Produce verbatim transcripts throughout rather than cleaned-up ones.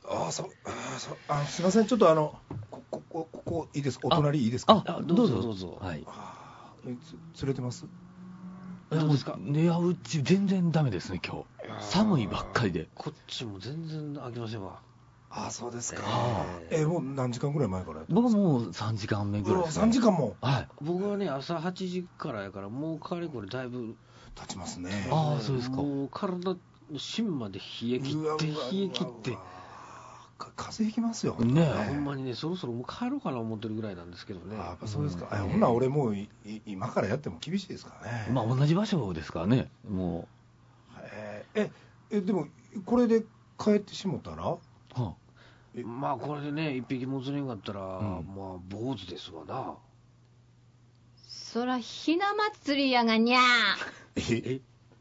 ああそうあそうあすいませんちょっとあのこここここいいですかお隣いいですかあどうぞどうぞはいあ釣れてます？ どうですか？いやうち全然ダメですね今日寒いばっかりでこっちも全然飽きませんわ。 あそうですか。 えー、 えー、もう何時間ぐらい前からやってます？僕もうさんじかんめぐらいです、ね、 さんじかんも。 はい僕はね朝はちじからやからもうかれこれだいぶ経ちますね。 ああそうですか。 もう体の芯まで冷え切って冷え切って風邪ひきますよね。 ほんまにねそろそろもう帰ろうかな思ってるぐらいなんですけどね。 あやっぱそうですか。うん、ほんなら俺もうい今からやっても厳しいですからね。 まあ同じ場所ですからねもう。えー、えでもこれで帰ってしもたら、はあ、まあこれでね一匹も釣れんかったら、うん、まあ坊主ですわな。 そらひな祭りやがにゃー。 え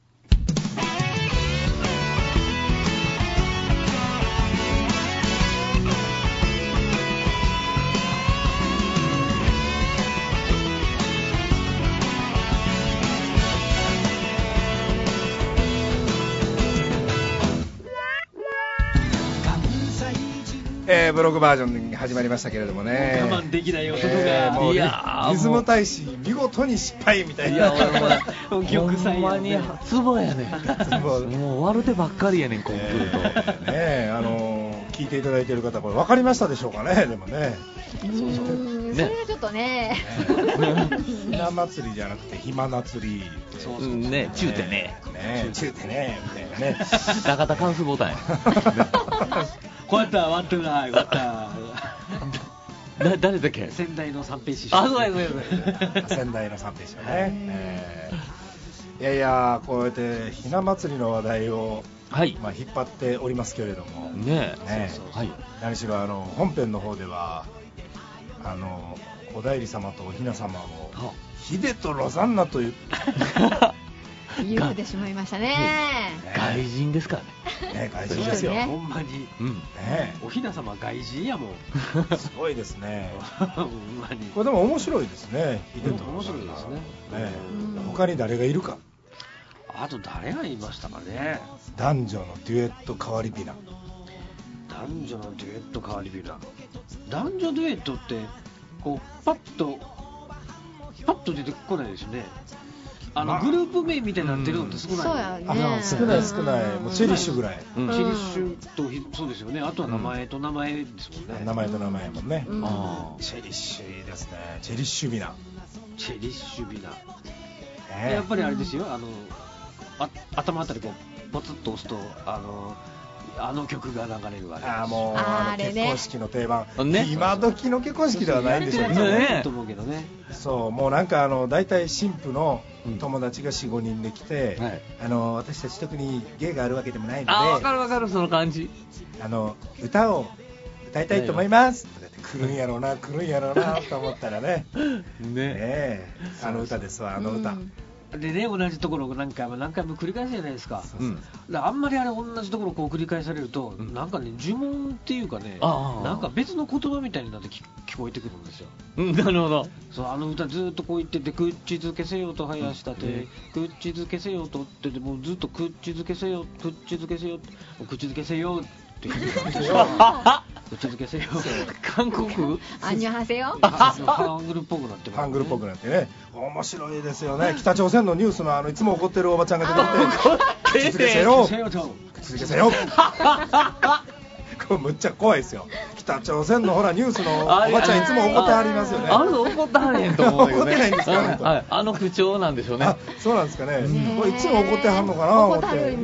えー、ブログバージョンに始まりましたけれどもね。 我慢できない男が、 えー、もういやリズム大使見事に失敗みたいな。いやほんまにツボやねんもう悪手ばっかりやねんこう来ると、 えー、ねあのー、聞いていただいている方これ分かりましたでしょうかね。でもねそうそう、ね、それはちょっとねひな祭りじゃなくてひま祭りそうそうね中手ねね中手ねみたいなね中田関数ボタンやこうやったらワントゥーナイこうやっただ誰だっけ仙台の三平師匠あそうやそうやそうや仙台の三平師匠ね、えー、いやいやこうやってひな祭りの話題をはいまあ、引っ張っておりますけれどもねえ、 ね、 そうそう、はい、 何しろあの本編の方ではあのお内裏様とおひな様をヒデとロザンナという言ってしまいましたね。 外人ですからね。 ね外人ですよ。 ね、ほんまに、 うんね、おひな様外人やもん。 すごいですね。 ほんまに。 これでも面白いですね。ヒデと面白いですね。 ね他に誰がいるか。 あと誰がいましたかね。 男女のデュエット変わりびな。 男女のデュエット変わりびな。男女デュエットってこうパッとパッと出てこないですよね。あのグループ名みたいになってるのって少ない。 そうやね。 少ない少ない。もうチェリッシュぐらい。 チェリッシュとそうですよね。あとは名前と名前ですもんね。 名前と名前もね。 あチェリッシュいいですね。チェリッシュビナ。 チェリッシュビナ。やっぱりあれですよ。あのあ頭あたりこうポツッと押すとあのあの曲が流れるわけです。 ああもうあの結婚式の定番、 ね、 今時の結婚式ではないんでしょうね。 ねと思うけどね。 そうもうなんかあの大体新婦の友達が よん,ご 人で来て、 はい、 あの私たち特に芸があるわけでもないので、 あ分かる分かるその感じ。 あの歌を歌いたいと思いますとかって来るんやろうな来るんやろうなと思ったらねねえあの歌ですわあの歌。うんでね、同じところを何回も何回も繰り返すじゃないですか。そうそう、うん、だあんまりあれ同じところをこう繰り返されると、うん、なんかね呪文っていうかね、なんか別の言葉みたいになって聞こえてくるんですよ。 うん、なるほど。 そうあの歌ずっとこう言ってて口づけせよと生やしたて、うん、口づけせよとってでもうずっと口づけせよ口づけせよ口づけせよって言ってたんですよ。口づけせよ。 韓国？ アンニョンハセヨ。 ハングルっぽくなってますね。 ハングルっぽくなってね。面白いですよね。北朝鮮のニュースのあのいつも怒ってるおばちゃんが出てきて、口づけせよ。口づけせよ。これむっちゃ怖いですよ。北朝鮮のほらニュースのおばちゃんいつも怒ってはりますよね。 あの怒ってはれへんと思うよね。 怒ってないんですか、 はい、あの口調なんでしょうね。 あ、そうなんですかね。これいつも怒ってはんのかな思って。ね。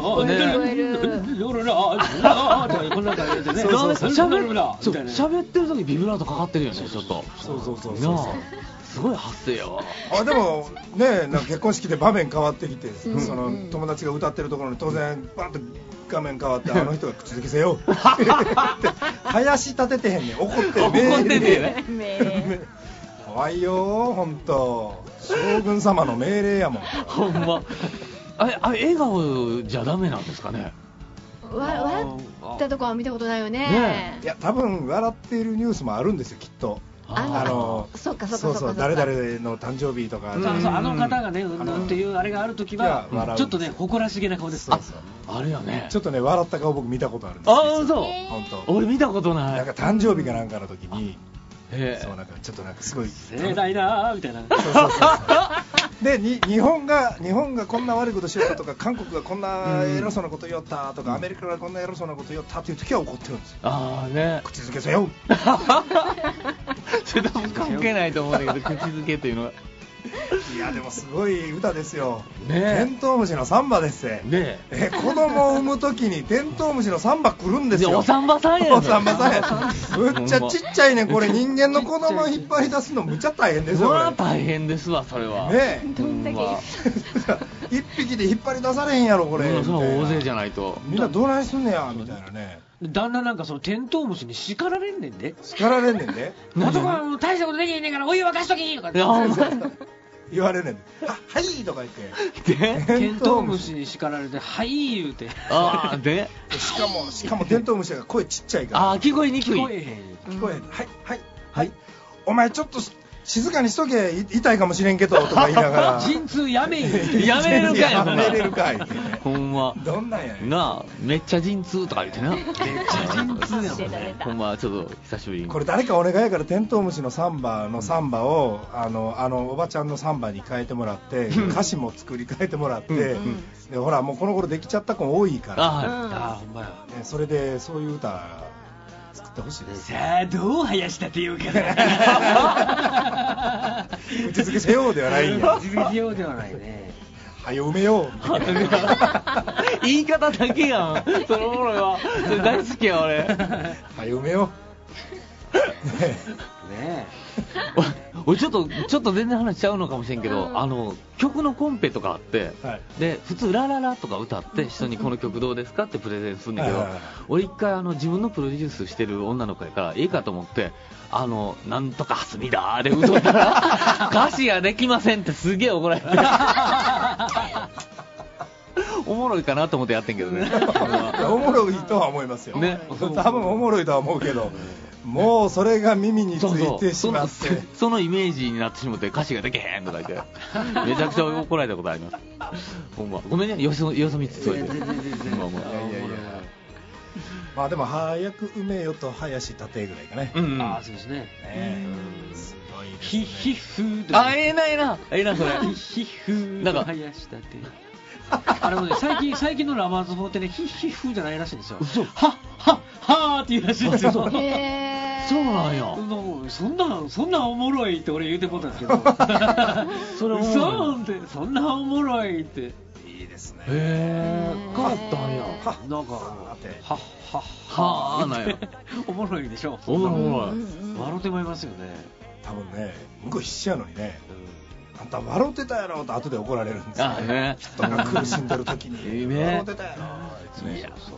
喋ってる時ビブラートかかってるよねちょっと。 そうそうそうそう。 すごい発声やわ。 あでもねなんか結婚式で場面変わってきて、うん、その友達が歌ってるところに当然バンと画面変わってあの人が口づけせよ林立ててへんねん怒ってる怒っててね怖いよ本当将軍様の命令やもんほんまあれあれ笑顔じゃダメなんですかね。 わ笑ったとこは見たことないよね。 ねいや多分笑っているニュースもあるんですよきっと。 あのそうかそうかそうそう誰々の誕生日とか、 そうそうあの方がねうんぬんっていうあれがあるときはちょっとね誇らしげな顔です。 そうそうあるよね。 ちょっとね笑った顔僕見たことあるんですよ。 ああそう。 本当。 俺見たことない。 なんか誕生日かなんかの時に。 へそうなんかちょっとなんかすごい盛大なーみたいな。 そうそうそうそうでに日本が日本がこんな悪いことしよったとか韓国がこんな偉そうなこと言おったとか、うん、アメリカがこんな偉そうなこと言おったっていう時は怒ってるんですよ。 ああね。 口づけせよ。 それとも関係ないと思うんだけど口づけというのは。 いやでもすごい歌ですよ。 ねテントウムシのサンバですね。 ねえ子供を産む時にテントウムシのサンバ来るんですよ。 おサンバさんや。 おサンバさんや。むっちゃちっちゃいねこれ人間の子供を引っ張り出すのむっちゃ大変ですよ。 まあ大変ですわそれは。 ねどんだけ一匹で引っ張り出されへんやろこれ。 うん、そう大勢じゃないと。 みんなどないすんねやみたいなね。 だんだんなんかそのテントウムシに叱られんねんで。 叱られんねんで。 男は大したことできへんねんからお湯沸かしときとかって言われねんで。ははいとか言って。 テントウムシに叱られてはい言うて。 ああで。 しかもしかもテントウムシが声ちっちゃいから。 ああ聞こえにくい。 聞こえへん。 聞こえへん。はいはいはい。お前ちょっと静かにしとけ痛いかもしれんけどとか言いながら。 陣痛やめん。 やめれるかい。 やめれるかい。 ほんま。 どんなんやねん。 なあめっちゃ陣痛とか言ってな。めっちゃ陣痛やもんね。 ほんまちょっと久しぶりに。 これ誰かお願いやからテントウムシのサンバのサンバをあのあのおばちゃんのサンバに変えてもらって歌詞も作り変えてもらって、でほらもうこの頃できちゃった子も多いから。 ああほんまや。 それでそういう歌作ってほしいです。 さあどう生やしたっていうかな。 口づけせようではないんや。 口づけせようではないね。 はよ埋めよう。 言い方だけやん。そのものはそれ大好きや俺。 はよ埋めよう。 ねえ。 俺ちょっとちょっと全然話しちゃうのかもしれんけど、 うん、 あの曲のコンペとかあって、はい、で普通ラララとか歌って人にこの曲どうですかってプレゼンするんだけど、はいはいはい、俺一回あの自分のプロデュースしてる女の子やからいいかと思ってあのなんとかはすみだーで歌ったら歌詞ができませんってすげえ怒られておもろいかなと思ってやってんけどね。 おもろいとは思いますよね。多分おもろいとは思うけどもうそれが耳についてしまってそうそう そ, そのイメージになってしまって歌詞ができへんとか言ってめちゃくちゃ怒られたことあります。ほんまごめんねよそよそ見つつおいて。まあまあいやいやいやまあでも早く埋めよと林立てぐらいかね。 うん、うん、ああそうですね。 ねすごいですね。 ヒヒフあええなええなええなそれ。 ヒヒフなんか林立て。あれもね最近最近のラバーズ法ってねヒヒフじゃないらしいんですよ。 嘘。 はっはっはーって言うらしいんですよ。 へーそうなんや。 そんなそんなおもろいって俺言うてもったんですけど。それ嘘ってそんなおもろいって。 いいですね。 へー変わったんや。 なんかはっはっはーなんや。 おもろいでしょ。 おもろいおもろい。 笑ってまいりますよね。 多分ね向こう必死やのにね。あんた笑ってたやろと後で怒られるんですよ。 あね。 人が苦しんでる時にね笑ってたやろ。 いやそう。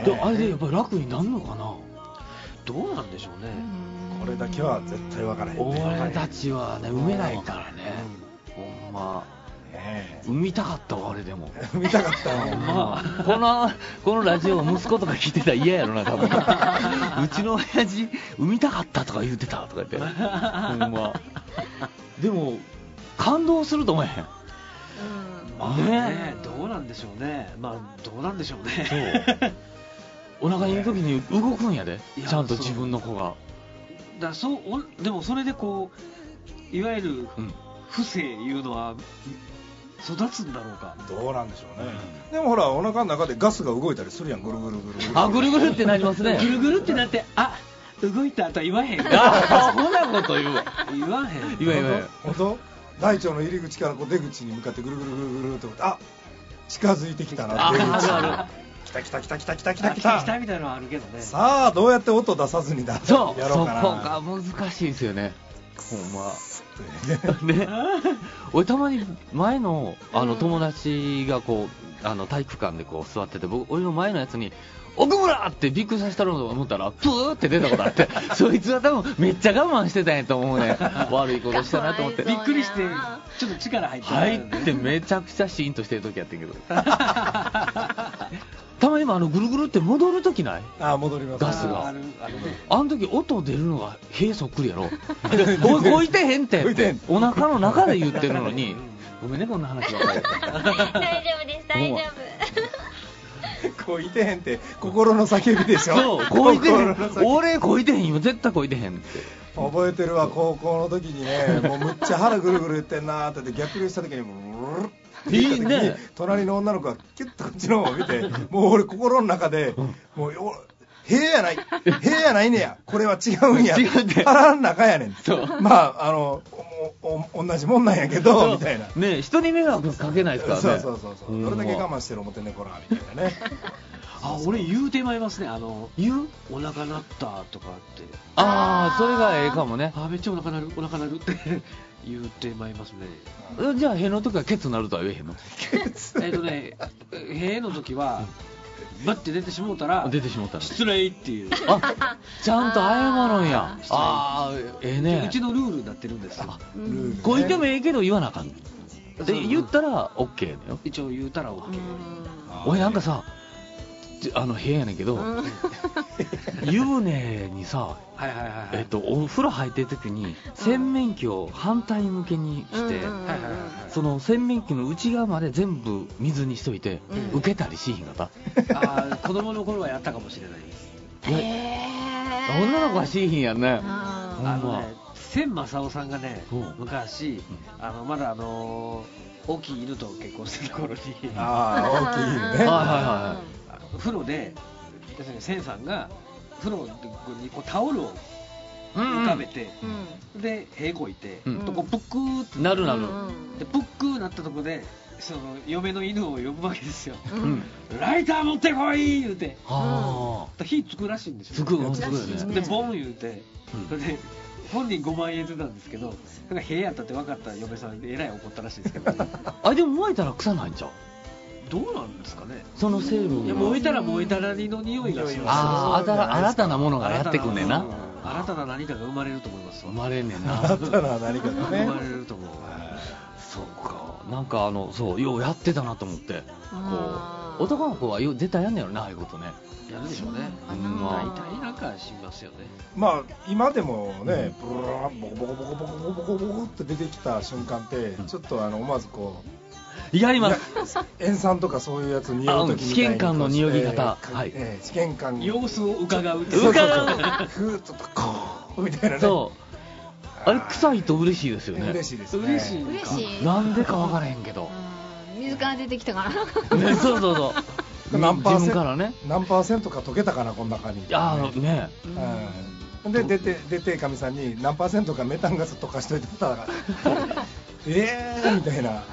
であれでやっぱり楽になるのかな。 どうなんでしょうね。 これだけは絶対分からへんね。 俺たちはね産めないからね。ほんま。産みたかったわ俺でも。 産みたかったわ。 まあこのこのラジオ息子とか聞いてたら嫌やろな多分。うちの親父産みたかったとか言ってたとか言って。ほんま。でも感動すると思えへん。 まあねどうなんでしょうね。まあどうなんでしょうね。 そう。お腹にいる時に動くんやで。ちゃんと自分の子が。 だそうおでもそれでこういわゆる不正いうのは育つんだろうか。 どうなんでしょうね。でもほらお腹の中でガスが動いたりするやん。ぐるぐるぐるぐる。 あぐるぐるってなりますね。 ぐるぐるってなってあ動いたとは言わへん。 あそんなこと言うわ。 言わへん。 言わへん言わへん。 本当？大腸の入り口からこう出口に向かってぐるぐるぐるぐるとあ近づいてきたな。 あるある。 来た来た来た来た来た来た来た来たみたいなのあるけどね。 さあどうやって音出さずにだそうやろうかな。 そこが難しいですよね。ほんま。ね、俺たまに前のあの友達がこうあの体育館でこう座ってて僕俺の前のやつに奥村ってびっくりさせたろうと思ったらプーって出たことあってそいつは多分めっちゃ我慢してたんやと思うね。悪いことしたなと思ってびっくりしてちょっと力入って入ってめちゃくちゃシーンとしてる時やってんけどたまにもあのぐるぐるって戻るときない？ あ、戻ります。 ガスがあるあるね。 あの時音出るのが屁そっくりやろ。おいこいてへんってってお腹の中で言ってるのにごめんねこんな話ばっかり。 大丈夫です大丈夫。 こいてへんって心の叫びでしょ。 そうこいてへん。俺こいてへん今絶対こいてへんって。 覚えてるわ、高校の時にね、もうむっちゃ腹ぐるぐる言ってんなーって逆流した時にブルルって言った時に、いいね、隣の女の子がキュッとこっちの方を見て、もう俺心の中で、もうへえやない、へえやないねや、これは違うんや、腹の中やねん。まああのおお同じもんなんやけどみたいな。 ね、人に迷惑かけないですからね。 そうそうそうそう。どれだけ我慢してる思ってんねこらみたいなね。 あ、俺言うてまいますね。あの言うお腹鳴ったとかって。 ああ、それがええかもね。 あ、めっちゃお腹鳴るお腹鳴るって言うてまいますね。 じゃあへの時はケツ鳴るとは言えへんの？ えっとね、への時はバッて出てしもうたら出てしもうたら失礼っていう。 あ、ちゃんと謝るんや。ああ、ええね。 うちのルールになってるんですよ。 ルールね。 こいてもええけど言わなあかん。で言ったら OK だよ。 一応言うたら OK。 俺なんかさ、あの部屋やねんけど、湯船にさ、 はいはいはいはい、 えっとお風呂入ってる時に洗面器を反対向けにして、その洗面器の内側まで全部水にしといて、うん、受けたりしひんかった？ ああ、子供の頃はやったかもしれないです。 へー、 女の子はしひんやんね。 あのね、千正夫さんがね、昔、うん、あのまだあのー、大きい犬と結婚してた頃に、 ああ、大きい犬ね。はいはいはい。風呂で、千さんが風呂にこうタオルを浮かべて、うん、で屁こいて、うん、とこうプックーってなるなる、 でプックーなったとこでその嫁の犬を呼ぶわけですよ、うん、ライター持ってこい言うて、うん、火つくらしいんですよ。 つくつくね。でボン言うて、それで本人ごまん円出たんですけど、それが部屋やったって分かった嫁さんでえらい怒ったらしいですけど、ね、 あ、でも燃えたら臭ないんちゃう？ どうなんですかね。 その成分。 いや、燃えたら燃えたらりの匂いがする。 ああ、新たなものがやってくんねんな。 新たな何かが生まれると思います。 生まれんねんな。 新たな何かがね。 生まれると思う。 そうか。なんかあのそうようやってたなと思って。こう男の子はよ絶対やんねやろな、ああいうことね。 やるでしょうね。大体なんかしますよね。 まあ今でもね、ブラーボコボコボコボコボコボコボコって出てきた瞬間ってちょっとあの思わずこう。 やります。 塩酸とかそういうやつ匂う時みたいに試験官の匂い方、はい、 えー、試験官様子を伺う伺うふーっとこうみたいなね。 そうあれ臭いと嬉しいですよね。 嬉しいですね。 嬉しい嬉しい。 なんでか分からへんけど、 水から出てきたからね、そうそうそう何パーセントからね、 何パーセントか溶けたかなこの中に。 ああね、 うん、で出て出てかみさんに何パーセントかメタンガス溶かしといてたらえーみたいな。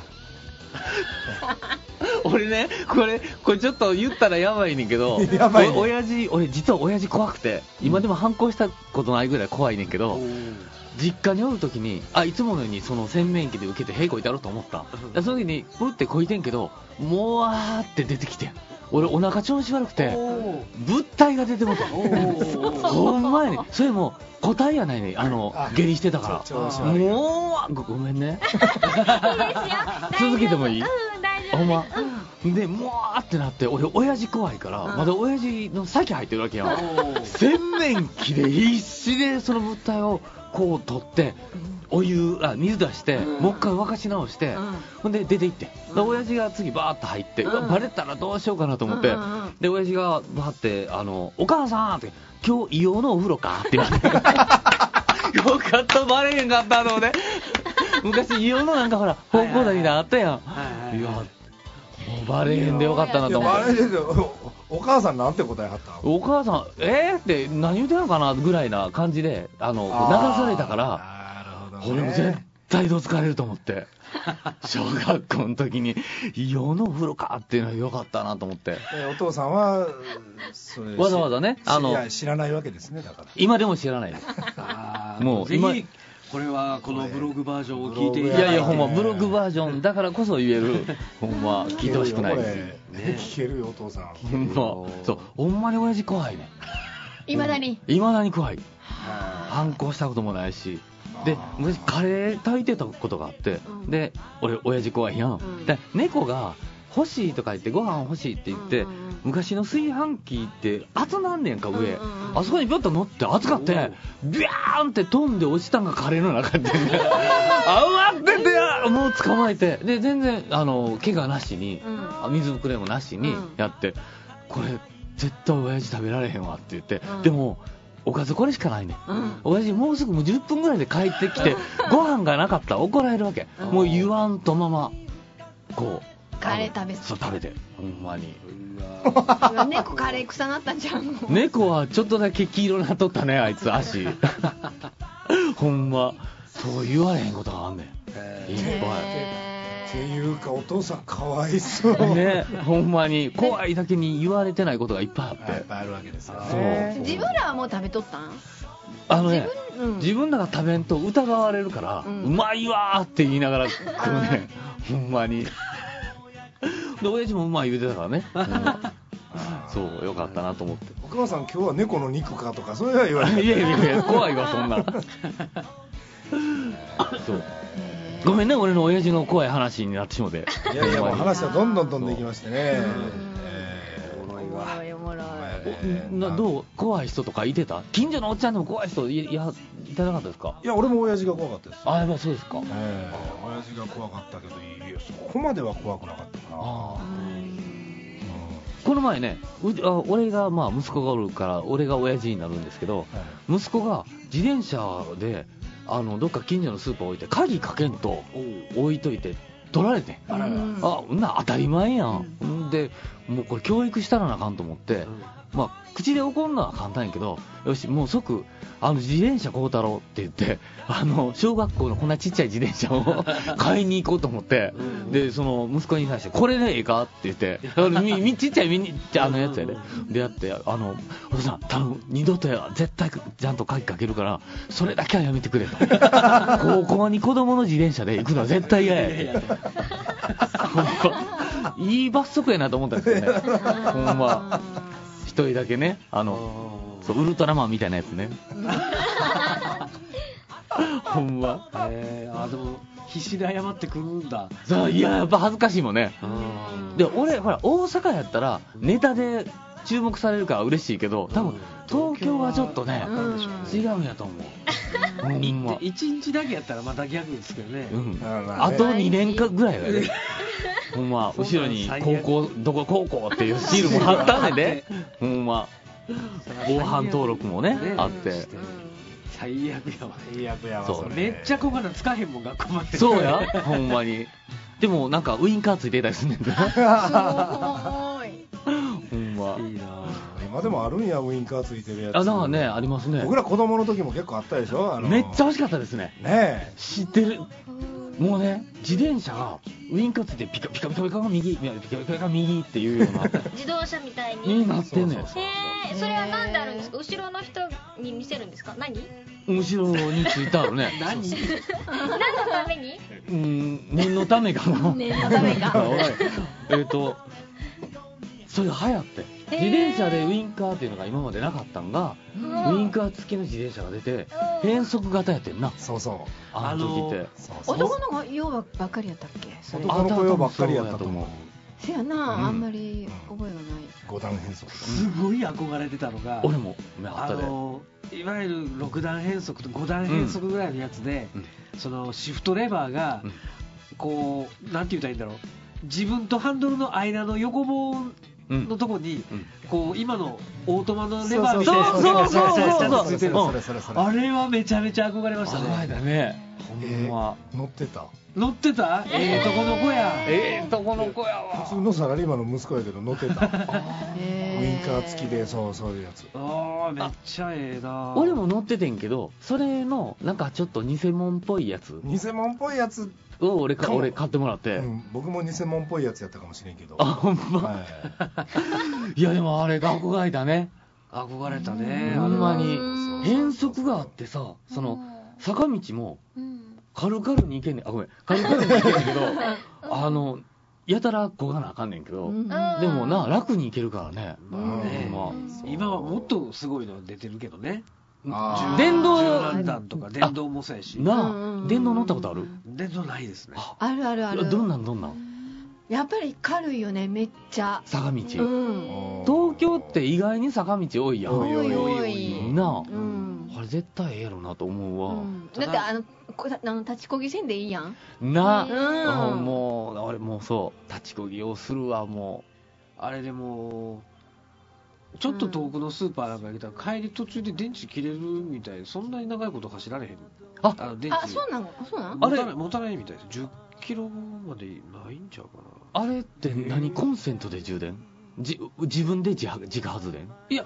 俺ね、これこれちょっと言ったらやばいねんけど、 やばいね。 お親父、俺実は親父怖くて、今でも反抗したことないぐらい怖いねんけど、うん、実家におるときに、あ、いつものようにその洗面器で受けて屁こいたろうと思った。うん、その時にプッてこいてんけど、もわーって出てきてん。俺お腹調子悪くて物体が出てもた。ほんまやね。それも個体やないね。あの下痢してたから。もう ご, ごめんね。続けてもいい？ほんま。でもわーってなって、俺親父怖いからまだ親父の先入ってるわけやん。洗面器で必死でその物体をこう取ってお湯あ水出して、うん、もう一回沸かし直して、うん、ほんで出て行って、で親父が次バーッと入って、うん、バレたらどうしようかなと思って、うんうんうん、で親父がバーってあのお母さんって今日硫黄のお風呂かって言われてよかったバレへんかったので昔硫黄のなんかほら方向台みたいなのあったやん、はいはいはい、いやもうバレへんでよかったなと思って。 バレへんでお母さんなんて答えはった？ お母さんえーって何言うてんのかなぐらいな感じであの流されたから、俺も絶対どつかれると思って小学校の時に硫黄のお風呂かっていうのはよかったなと思って、 えお父さんはそれわざわざねあの知らないわけですね。だから今でも知らないですあもう今これはこのブログバージョンを聞いていやいやいやほんまブログバージョンだからこそ言えるほんま聞いてほしくないですね。聞けるよお父さん。 ほんまそうほんまに親父怖いね。 いまだにいまだに怖い。反抗したこともないしで昔カレー炊いてたことがあって、うん、で俺親父怖いやん、うん、で猫が欲しいとか言ってご飯欲しいって言って、うんうんうん、昔の炊飯器って熱なんねんか上、うんうんうん、あそこにビョッと乗って熱かってビャーンって飛んで落ちたんがカレーの中であうわっててもう捕まえてで全然あの怪我なしに、うん、水ぶくれもなしにやって、うん、これ絶対親父食べられへんわって言って、うん、でもおかずこれしかないね、うん、親父もうすぐもうじゅっぷんぐらいで帰ってきてご飯がなかったら怒られるわけ、うん、もう言わんとままこうカレー食べてそう食べてほんまに猫カレー臭なったんじゃん猫はちょっとだけ黄色なっとったねあいつ足ほんまそう言われへんことがあんねんいっぱいっていうかお父さんかわいそうねほんまに怖いだけに言われてないことがいっぱいあっていっぱいあるわけですよそう自分らはもう食べとったんあのね自分、うん、自分らが食べんと疑われるから、うん、うまいわーって言いながら来るねほんまにで親父もうまい言うてたからね、うん、そうよかったなと思ってお母さん今日は猫の肉かとかそういうのは言われないいやいやいや怖いわそんなそうごめんね俺の親父の怖い話になってしもていやいやもう話はどんどんどんどんいきましてねおもろいわおもろいなどう怖い人とかいてた近所のおっちゃんでも怖い人 い, い, やいたなかったですかいや俺も親父が怖かったですあやっぱそうですか、 えー、親父が怖かったけどいやそこまでは怖くなかったかなあ、うん、 この前ねうあ俺がまあ息子がおるから俺が親父になるんですけど、はい、息子が自転車であのどっか近所のスーパー置いて鍵かけんと置いといて取られて、うん、あんな当たり前やん、うん、でもうこれ教育したらなあかんと思って、うん、まあ口で怒るのは簡単やけどよしもう即あの自転車買うたろうって言ってあの小学校のこんなちっちゃい自転車を買いに行こうと思って、うん、でその息子に対してこれでええかって言ってみみちっちゃいミニあのやつやで、でやってあのお父さん頼む二度とや絶対ちゃんと鍵かけるからそれだけはやめてくれと高校に子供の自転車で行くのは絶対嫌やいい罰則やなと思ったんですよねほんま一人だけねあのそうウルトラマンみたいなやつねほんまえー、あでも必死で謝ってくるんだそういややっぱ恥ずかしいもんねで俺ほら大阪やったらネタで注目されるから嬉しいけど多分東京はちょっとね、うん、違うんやと思ういちにちだけやったらまた逆ですけどね、うん、 あとにねんかぐらいはねほんま後ろに高校どこ高校っていうシールも貼ったんでねほんま防犯登録も ね, ねあって最悪やわ最悪やわそうめっちゃ小柄つかへんもん学校までそうやほんまにでもなんかウインカーついてたりすんねんてすごいほんまいいな今でもあるんやウインカーついてるやつあなんかねありますね僕ら子供の時も結構あったでしょあのめっちゃ欲しかったですねねえ知ってるもうね自転車がウインカーついてピカピカピカピカが右ピカピカピカが右っていうような自動車みたいにになってんねん。へえそれはなんであるんですか後ろの人に見せるんですか何後ろについてあるね何何のためにうん念のためかな念のためかえっとそれ流行って自転車でウインカーっていうのが今までなかったんがウインカー付きの自転車が出て変速型やってんなそうそうあの時って男の子用ばっかりやったっけ男の子用ばっかりやったと思うせやな、うん、あんまり覚えがないご段変速すごい憧れてたのが俺もあったであのいわゆるろく段変速とご段変速ぐらいのやつで、うん、そのシフトレバーが、うん、こうなんて言ったらいいんだろう自分とハンドルの間の横棒のとこに、うん、こう今のオートマのレバーみたいなそうそうそうそうあれはめちゃめちゃ憧れましたね。 あだねほんま、 えー、乗ってた乗ってたええとこの子やええとこの子やわ普通のサラリーマンの息子やけど乗ってたウインカー付きでそうそういうやつああめっちゃええな俺も乗っててんけどそれのなんかちょっと偽物っぽいやつ偽物っぽいやつを俺か俺買ってもらって、うん、 僕も偽物っぽいやつやったかもしれんけどあほんま、はい、いやでもあれが憧れたね憧れたねほんまに変速があってさその坂道もカルカルに行けんねんあごめんカルカルに行けんねんけどあのやたらこがなあかんねんけど、うん、でもな楽に行けるからね、 うんねまあ、今はもっとすごいの出てるけどね電動柔軟弾とか電動もそうやしなあ電動乗ったことある電動ないですねあるあるあるどんなんどんなんやっぱり軽いよね、めっちゃ坂道、 うん、 東京って意外に坂道多いやん。 多い多いなあ、 うん、 あれ絶対ええやろなと思うわ、 うん、だってあのこあの立ちこぎせんでいいやんな、 うんあもう俺もうそう立ちこぎをするわ。もうあれでもちょっと遠くのスーパーなんか行ったら帰り途中で電池切れるみたい。そんなに長いこと走られへん。 ああの電池あ、そうなのそうなの持たない持たないみたいです。じゅっキロまでないんちゃうかな。 あれって何、コンセントで充電、じ自分で自自家発電、 いや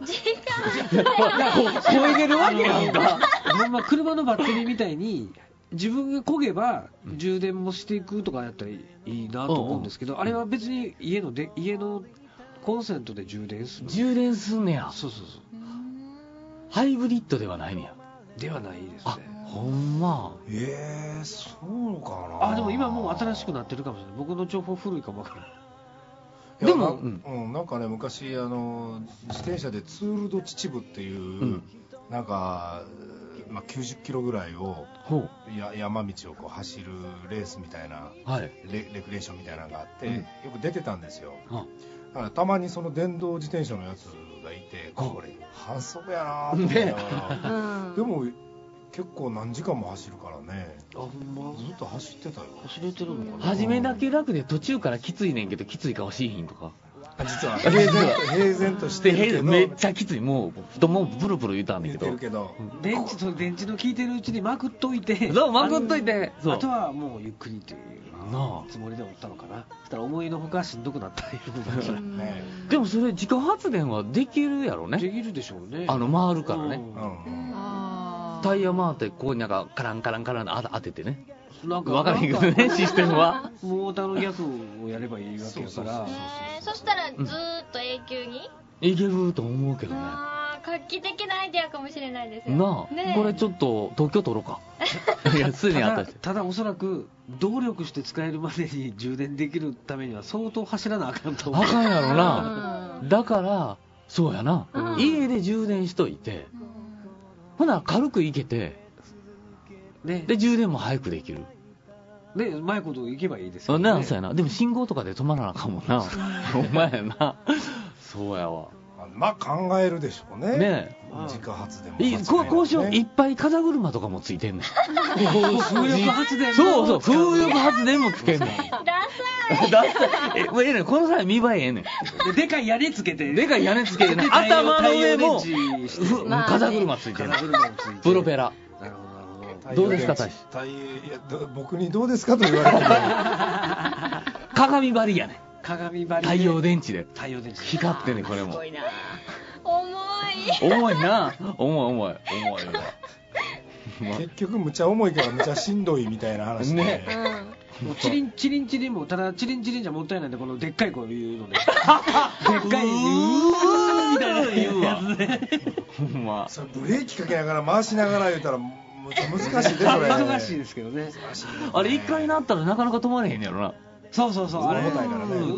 こげるわけやんか。ほんま車のバッテリーみたいに自分が漕げば充電もしていくとかやったらいいなと思うんですけど、あれは別に家ので家のコンセントで充電する。 充電すんねや。 そうそうそう。 ハイブリッドではないねや。 ではないですあ、 ね。 ほんま。 えー、そうかな。 あ、でも今もう新しくなってるかもしれない。僕の情報古いかもわからない。 いやでもな、うんうん、なんかね、昔あの自転車でツールド秩父っていう、 うん、 なんか、まあ、きゅうじゅっキロぐらいをほうや山道をこう走るレースみたいな、 はい、 レ, レクレーションみたいなのがあって、 うん、 よく出てたんですよ。 あだからたまにその電動自転車のやつがいて、これ反則やなと思いながら、 うん、 でも結構何時間も走るからね。 あ、ほんまずっと走ってたよ。 走れてるのかな。 初めだけ楽で途中からきついねんけど、きつい顔しいひんとか。 実は平然と平然としてるけど、 めっちゃきつい。もう太ももブルブル言うたんだけど、 言ってるけど、 電池と電池の効いてるうちにまくっといて、 そうまくっといて、 あ, あとはもうゆっくりというなあつもりでおったのかな。そしたら思いのほかしんどくなったいうね、 でもそれ自家発電はできるやろね。 できるでしょうね。 あの回るからね、 うんうん、 あタイヤ回ってここになんかカランカランカラン当ててね、 なんか分からへんけどね、システムは。 モーターの逆をやればいいわけやから。 えー、そしたらずーっと永久に、 いけると思うけどね。 あー、画期的なアイデアかもしれないですよなあ、 ね。 これちょっと特許取ろうか。いやすでにあったし。 ただおそらく動力して使えるまでに充電できるためには相当走らなあかんと思う。 あかんやろな。だからそうやな、 うん、 家で充電しといて、うん、ほな軽く行けて、ね、で充電も早くできる。 でうまいこと行けばいいですよね。 ね、そうやな。でも信号とかで止まらなあかんもんな。お前やな。そうやわ。 まあ考えるでしょうね。 ねえ、 自家発電も、 ね、ここうしよう。いっぱい風車とかもついてんねん。 風力発電も。 そうそう、風力発電もつけんねん。 ダサい。 ダサい。え、ええねん、この際見栄えええねん。 でかい屋根つけて。 でかい屋根つけてね。頭の上も風車ついてる。プロペラ。 なるほど。 どうですか、大使。 僕にどうですかと言われても鏡張りやね。 鏡張り。 太陽電池で。 太陽電池。 光ってね、これも。 すごいな。重い。重いな。重い重い。重いわ。 結局むちゃ重いからむちゃしんどいみたいな話で。ね。 うん、もうチリンチリンチリンもただチリンチリンじゃもったいないんで、このでっかいこういうので。でっかい。うーみたいな言うやつね。 ほんま。 それブレーキかけながら回しながら言うたら。難しいで、それ。 難しいですけどね。 あれ一回なったらなかなか止まれへんやろな。 そうそうそう。あれ重たいからね。う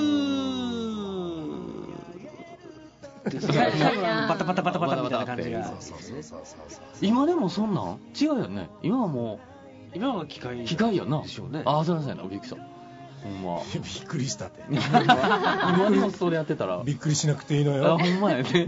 ーん。最後バタバタバタバタみたいな感じが。 今でもそんなん違うよね。今はもう今は機械機械やな。 でしょうね。 ああ、そうなんやな。びっくりした。ほんま。 びっくりしたって。 今でもそれやってたらびっくりしなくていいのよ。 あ、ほんまやね。うん。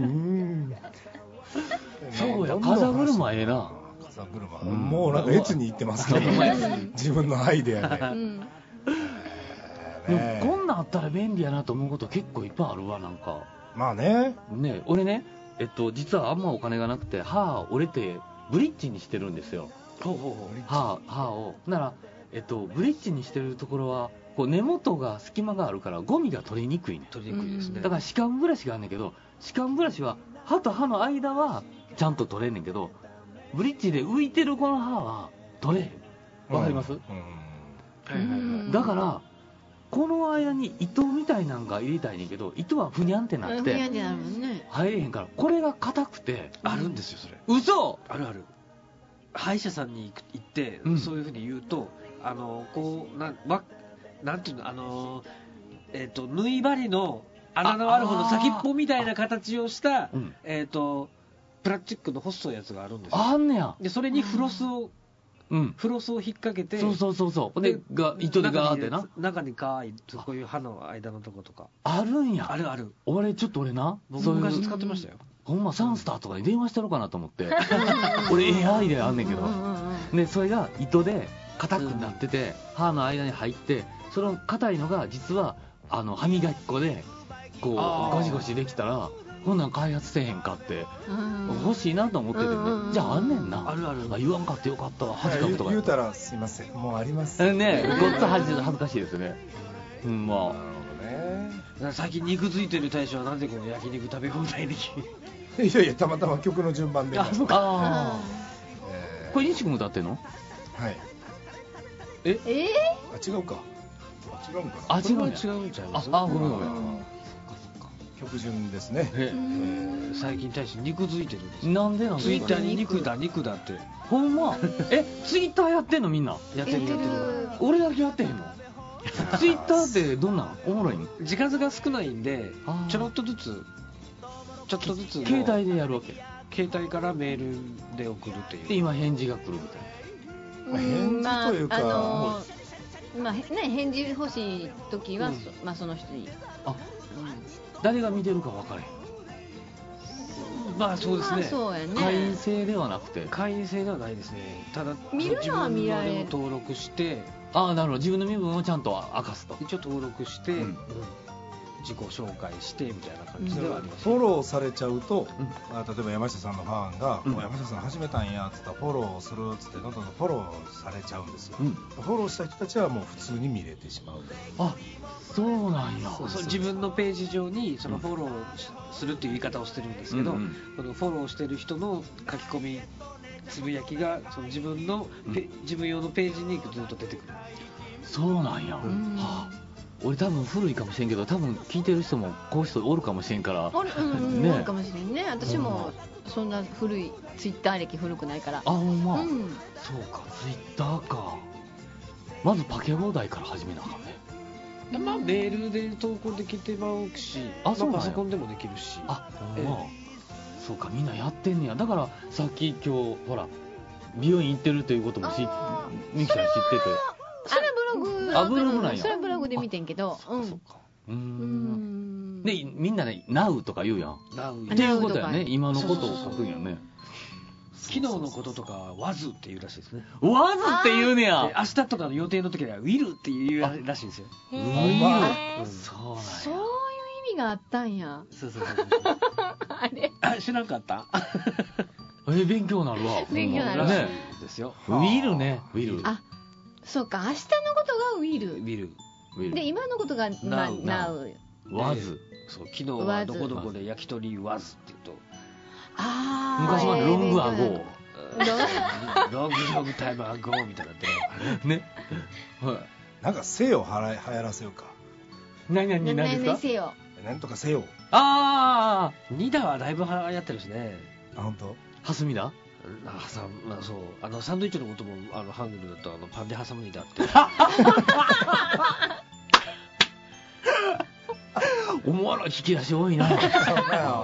そうや。風車ええな。 車、うん、もうなんか越に行ってますけど、自分のアイデアで、うん、 でもこんなんあったら便利やなと思うこと結構いっぱいあるわ。なんかまあねね、俺ね、えっと実はあんまお金がなくて歯折れてブリッジにしてるんですよ。 ほうほうほう。 歯歯をなら、えっとブリッジにしてるところはこう根元が隙間があるからゴミが取りにくいね。 取りにくいですね。 だから歯間ブラシがあるんだけど、歯間ブラシは歯と歯の間はちゃんと取れんねんけど、ブリッジで浮いてるこの歯は取れへん。わかります？うんうん、だからこの間に糸みたいなんが入れたいねんけど、糸はふにゃんってなって入れへんから、これが硬くて。 あるんですよそれ。 嘘？ あるある。歯医者さんに行って、うん、そういうふうに言うと、あのこうなわなんていうの、あのえっ、ー、と縫い針の穴のある方の先っぽみたいな形をした、えっ、ー、とプラスチックの細いやつがあるんですよ。 あんねや。 でそれにフロスをうん、 フロスを引っ掛けて、 そうそうそうそう、でが糸でガーってな、 中にガーッとこういう歯の間のとことかあるんや。 あるある。 俺ちょっと俺な、 僕昔使ってましたよ。 ほんまサンスターとかに電話してろかなと思って俺 エーアイ であんねんけど、でそれが糸で硬くなってて、歯の間に入って、その硬いのが実はあの歯磨き粉でこうゴシゴシできたら、こんなん開発せえへんかって欲しいなと思っててね。じゃああんねんな。 あるある。 あ、言わんかってよかったわ。恥ずかしいとか言うたらすいません、もうありますね。ごっつ恥ずかしいですね。うん、まあ。 なるほどね。 最近肉付いてる大将はなんでこの焼肉食べ放題できいやいや、たまたま曲の順番で。 あ、そうか。 あー、これ西君も歌ってんの？ はい。 ええあ、違うか。あ、違うんかな。 あ、違うんや。 違うんちゃいます？ あ、ごめんごめん。 曲順ですね。 ええ、最近大将肉付いてるんです。 なんでなんツイッターに肉だ肉だってほんま。え、ツイッターやってんのみんな？ やってるやってる。 俺だけやってへんの？ツイッターってどんなんおもろいん？ 時間が少ないんであーちょろっとずつちょっとずつの携帯でやるわけ携帯からメールで送るっていうで、今返事が来るみたいまあ返事というか、 まああものーまあね、返事欲しい時は、 うんそまあ、その人に、 な。あ、誰が見てるか分かれへん。 まあそうですね。 まあそうやね。 会員制ではなくて。 会員制ではないですね。ただ見るのは見られる自分のあれを登録してああ、なるほど。自分の身分をちゃんと明かすと。 一応登録して、 うんうん自己紹介してみたいな感じではあります、 フォローされちゃうと、 うんまあ、例えば山下さんのファンが、 うんもう山下さん始めたんやっつったらフォローするっつってどんどんフォローされちゃうんですよ、 うんフォローした人たちはもう普通に見れてしまう。 あ、そうなんや。 そうそう自分のページ上にそのフォローしするっていう言い方をしてるんですけど、 うんうんこのフォローしてる人の書き込みつぶやきがその自分のペ、 うん自分用のページにずっと出てくる。 そうなんや。 んはあ、俺多分古いかもしれんけど、多分聞いてる人もこういう人おるかもしれんから。 おるうんうんねおるかもしれんね。私もそんな古いツイッター歴古くないから。 あ、ほんま。 うんそうか、ツイッターか。まずパケ放題から始めなあかんね。 まあメールで投稿できてまうし、 あそうなんやまあパソコンでもできるし。 あ、 ええほんま。そうか、みんなやってんねや。だからさっき今日ほら美容院行ってるということもしあーミキさん知ってて。 それブログあブログなんやそれブログで見てんけど、 あ、そうか。うー。 うんんで、みんなね、ナウとか言うやん。 なうっていうことやね。 ナウとか今のことを書くんやね。 昨日のこととかはわずっていうらしいですね。 わずって言うねでや。 明日とかの予定の時にはウィルっていうらしいんですよ。 へうーわうんそうなんや。 そういう意味があったんや。 そうそうそうそうあれあ知らんかったえ、勉強になるわ。 勉強になるらしね。 いですよ。 ウィルね、ウィル。 あ、そうか、明日のことがウィルウィル。 ウィル。 で今のことがまあ Now Now わず。 そう昨日はどこどこで焼き鳥わずって言うとあー昔までロングアゴー。 ロングロングタイムアゴーみたいになってるのかね。 ね。はい。 なんかせよはら流行らせようか。 何々 ね何ですかねせよ。 なんとかせよ。 あニダはだいぶ流行ってるしね。 あ、本当。 ー、ハスミだあさまあそうあのサンドイッチのこともあのハングルだとあのパンで挟むニダって。 おもろい引き出し多いな。引き出し多い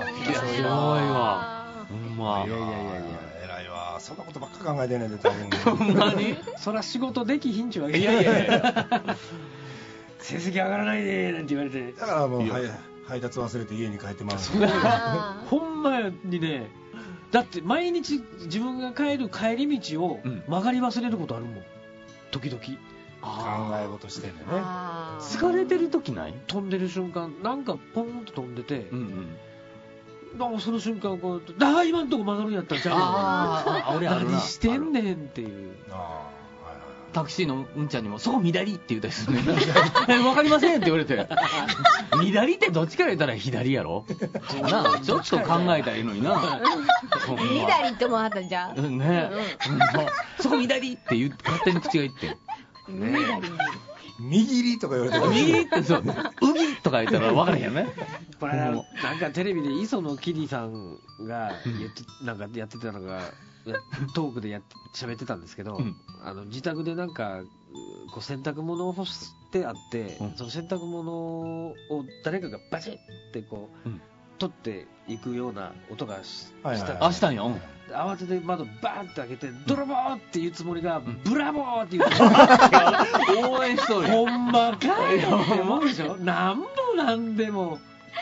わ。ほんまいやいやいやいや。 偉いわ。そんなことばっか考えてんねんで多分。 ほんまにそら仕事できひんちゅうわけいやいやいや。 成績上がらないねなんて言われてだからもういやはい配達忘れて家に帰ってまう。 あーほんまにねだって毎日自分が帰る帰り道をうん曲がり忘れることあるもん時々 考え事してんねんね。 あー疲れてる時ない？ 飛んでる瞬間なんかポーンと飛んでて、 うんうん。 なんかその瞬間こうああ今んとこ曲がるんやったらじゃああーあ、俺あるな。 何してんねんっていうああ、はいはい。 タクシーのうんちゃんにも、そこ左って言うたりするね。え、わかりませんって言われて。左ってどっちから言ったら左やろなあ、ちょっと考えたらいいのにな。ほんま左ってもあったじゃん。 うんね、ほんまそこ左って言う勝手に口が言って。 緑に。 右りとか言われてる。 右ってそう、海とか言ったら分からへんよね。 これなんかテレビで磯野キリさんが言ってなんかやってたのがやトークでやっ喋ってたんですけど、 うんあの自宅でなんかこう洗濯物を干してあって、 うんその洗濯物を誰かがバチッってこう、 うん取っていくような音がしはいはいしたあ、したんや。うん。 慌てて窓バーンって開けて泥棒って言うつもりが、うん、ブラボーって言う応援しとるほんまかいって思うでしょ。なんもなんでも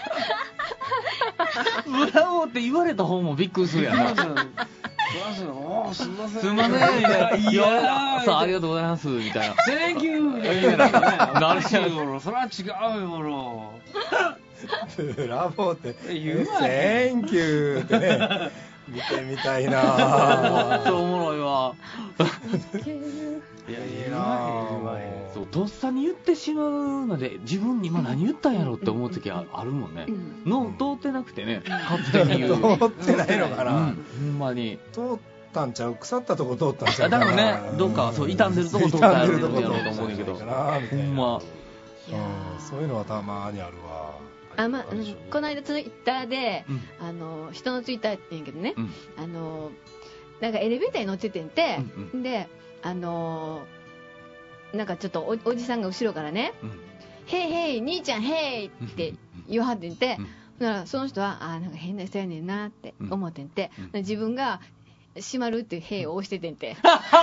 ブラボーって言われた方もびっくりするやんな。 おすみませんすみませんみたいな。いやさあありがとうございますみたいな。 センキューみたいなね。なるほど。それは違うよろ。 ブラボーって言うわ。センキューってね。見てみたいな。 めっちゃおもろいわ。 いやいいな。 そうとっさに言ってしまうので自分に今何言ったんやろって思う時あるもんね。脳通ってなくてね勝手に言う。 通ってないのかな。 ほんまに。 通ったんちゃう腐ったとこ通ったんちゃうかな。 だからねどっかそう傷んでるとこ通ったんやろうと思うねんけど。ほんま。 そういうのはたまにあるわ。 あま、うん、この間ツイッターで、うん、あの人のツイッターって言うんやけどね、うん、あのなんかエレベーターに乗っててんて、うんうん、であのなんかちょっと お, おじさんが後ろからね、うん、へいへい兄ちゃんへいって言わはってんて、うん、だからその人はあなんか変な人やねんなって思ってんて、うん、自分が閉まるっていうへいを押しててんて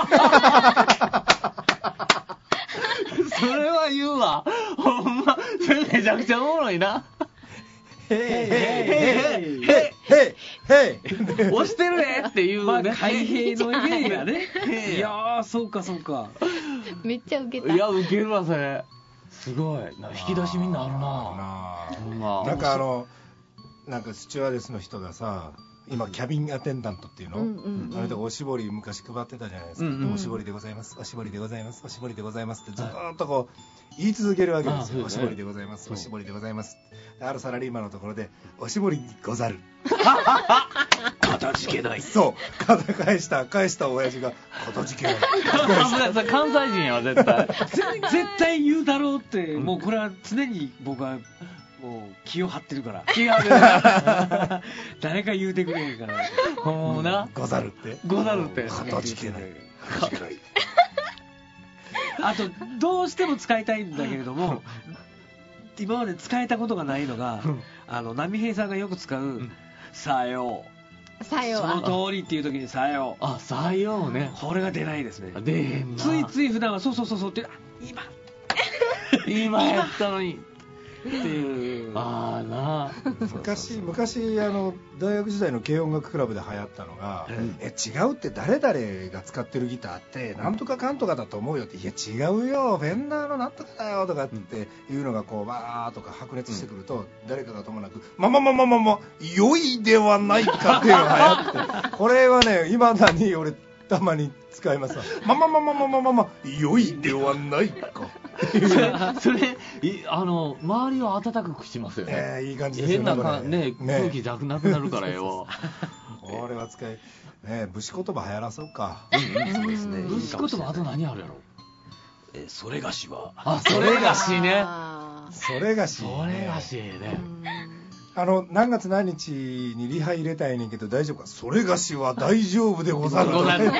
それは言うわほんまそれめちゃくちゃおもろいなへいへいへいへいへい押してるねっていうね、 まあ、開閉のへいがねいやーそうかそうかめっちゃウケた。 いやウケるわそれすごい引き出しみんなあるなあなんかあのなんかスチュワーデスの人がさ今キャビンアテンダントっていうの、うんうんうん、あの人おしぼり昔配ってたじゃないですか、うんうん、おしぼりでございますおしぼりでございますおしぼりでございますってずっとこう言い続けるわけですよ、はい、おしぼりでございますおしぼりでございますあるサラリーマンのところでおしぼりにござるかたじけないそうかた返した返した親父がかたじけない関西人や絶対絶対言うだろうって、うん、もうこれは常に僕はもう気を張ってるから気張る誰か言うてくれへんからほうなござるってござるってかたじけないかたじけないあとどうしても使いたいんだけれども今まで使えたことがないのがあの波平さんがよく使う、うん、さようさようその通りっていう時にさようあさようねこれが出ないですね出へんなついつい普段はそうそうそうそうって今今やったのにっていうあーな昔昔あの大学時代の軽音楽クラブで流行ったのが、うん、え違うって誰々が使ってるギターってなんとかかんとかだと思うよっていや違うよフェンダーのなんとかだよとかっていうのがこうバーッとか白熱してくると、うん、誰かがともなくまままままま良いではないかっていうのが流行ってこれはね未だに俺たまに使いますわまままままままま良いではないかそれあの周りを温かくしますよね、 えー、いい感じですよね変なか、ねね、空気なくなくなるからよ俺は使い、ね、武士言葉流行らそうかそうですね武士言葉あと何あるやろえそれがしはあそれがしねそれがしそれがしねあの何月何日にリハ入れたいねんけど大丈夫かそれがしは大丈夫でござる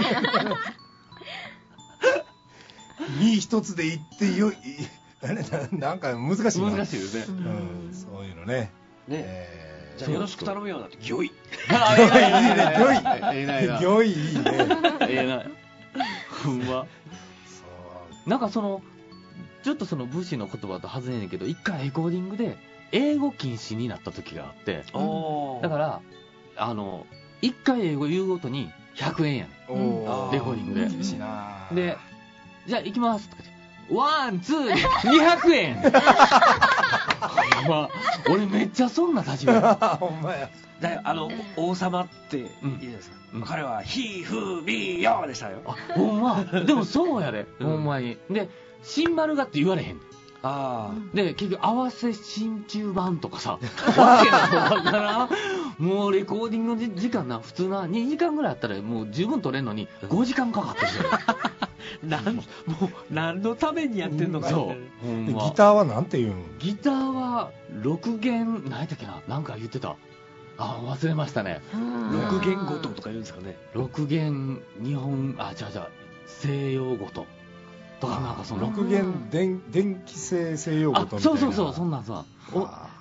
身一つで言ってよいなんか難しいな難しいですね、 うん、そういうのねね、えー、じゃあよろしく頼むようになってギョイギョイいいねギョイギョイいいねええなほんまなんかそのちょっとその武士の言葉と外れねんけど一回レコーディングで英語禁止になった時があってだからあの一回英語言うごとにひゃくえんやねんレコーディングで厳しいなでじゃあ行きますとかワンツーにひゃくえんまあ俺めっちゃそんな立場ほんまやだあの王様っていいじゃないですか、うん、彼はヒーフービーヨーでしたよあほんまでもそうやで、うん、ほんまにでシンバルがって言われへんあで結局合わせ真鍮版とかさわけなのからもうレコーディングの時間な普通なにじかんぐらいあったらもう十分取れんのにごじかんかかってるなんもう何のためにやってんのか、 そうほんまギターはなんて言うんギターはろく弦何やったっけななんか言ってたあ忘れましたねろく弦ごととか言うんですかねろく弦日本あじゃあじゃあ西洋ごととかなんかそのろく弦電気性西洋ごとみたいなそうそうそうそんなんさお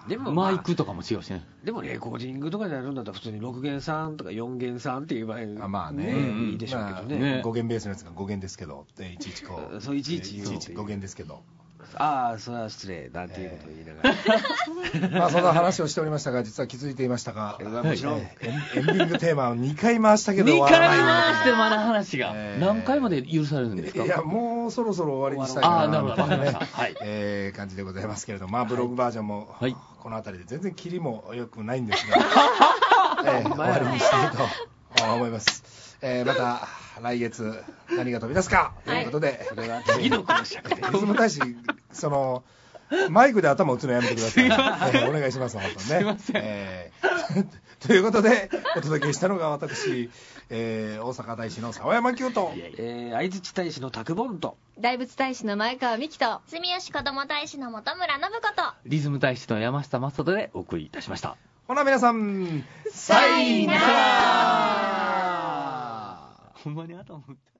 でも、 マイクとかも違うしね。 でもレコーディングとかでやるんだったら普通にろくげんさんとかよんげんさんって言えばいい、 あまあね、 いいでしょうけどね。 ねご弦ベースのやつがご弦ですけどっていちいちこうそういちいち言ういちいちご弦ですけど、 ああそれは失礼なんていうことを言いながら、 まあそんな話をしておりましたが、実は気づいていましたが、 もちろん、 えーエンエンディングテーマをにかい回したけどに終わらかいない回してまだ話が、 えー何回まで許されるんですか？ いやもうそろそろ終わりにしたいかなあーなるほどみたいなねわかりましたはいえー感じでございますけれども、まあブログバージョンもはいこの辺りで全然キリも良くないんですが、えー終わりにしたいと思います。えーまた来月何が飛び出すかということで、 それは次の講釈でリズム大使そのマイクで頭打つのやめてください。えーお願いします本当にね。 すいませんえーということでお届けしたのが私、えー大阪大使の沢山清と、 えー、相槌大使の拓本と大仏大使の前川美樹と住吉子ども大使の本村信子とリズム大使の山下正人でお送りいたしました。 ほな皆さんさいなら。 ほんまに頭打って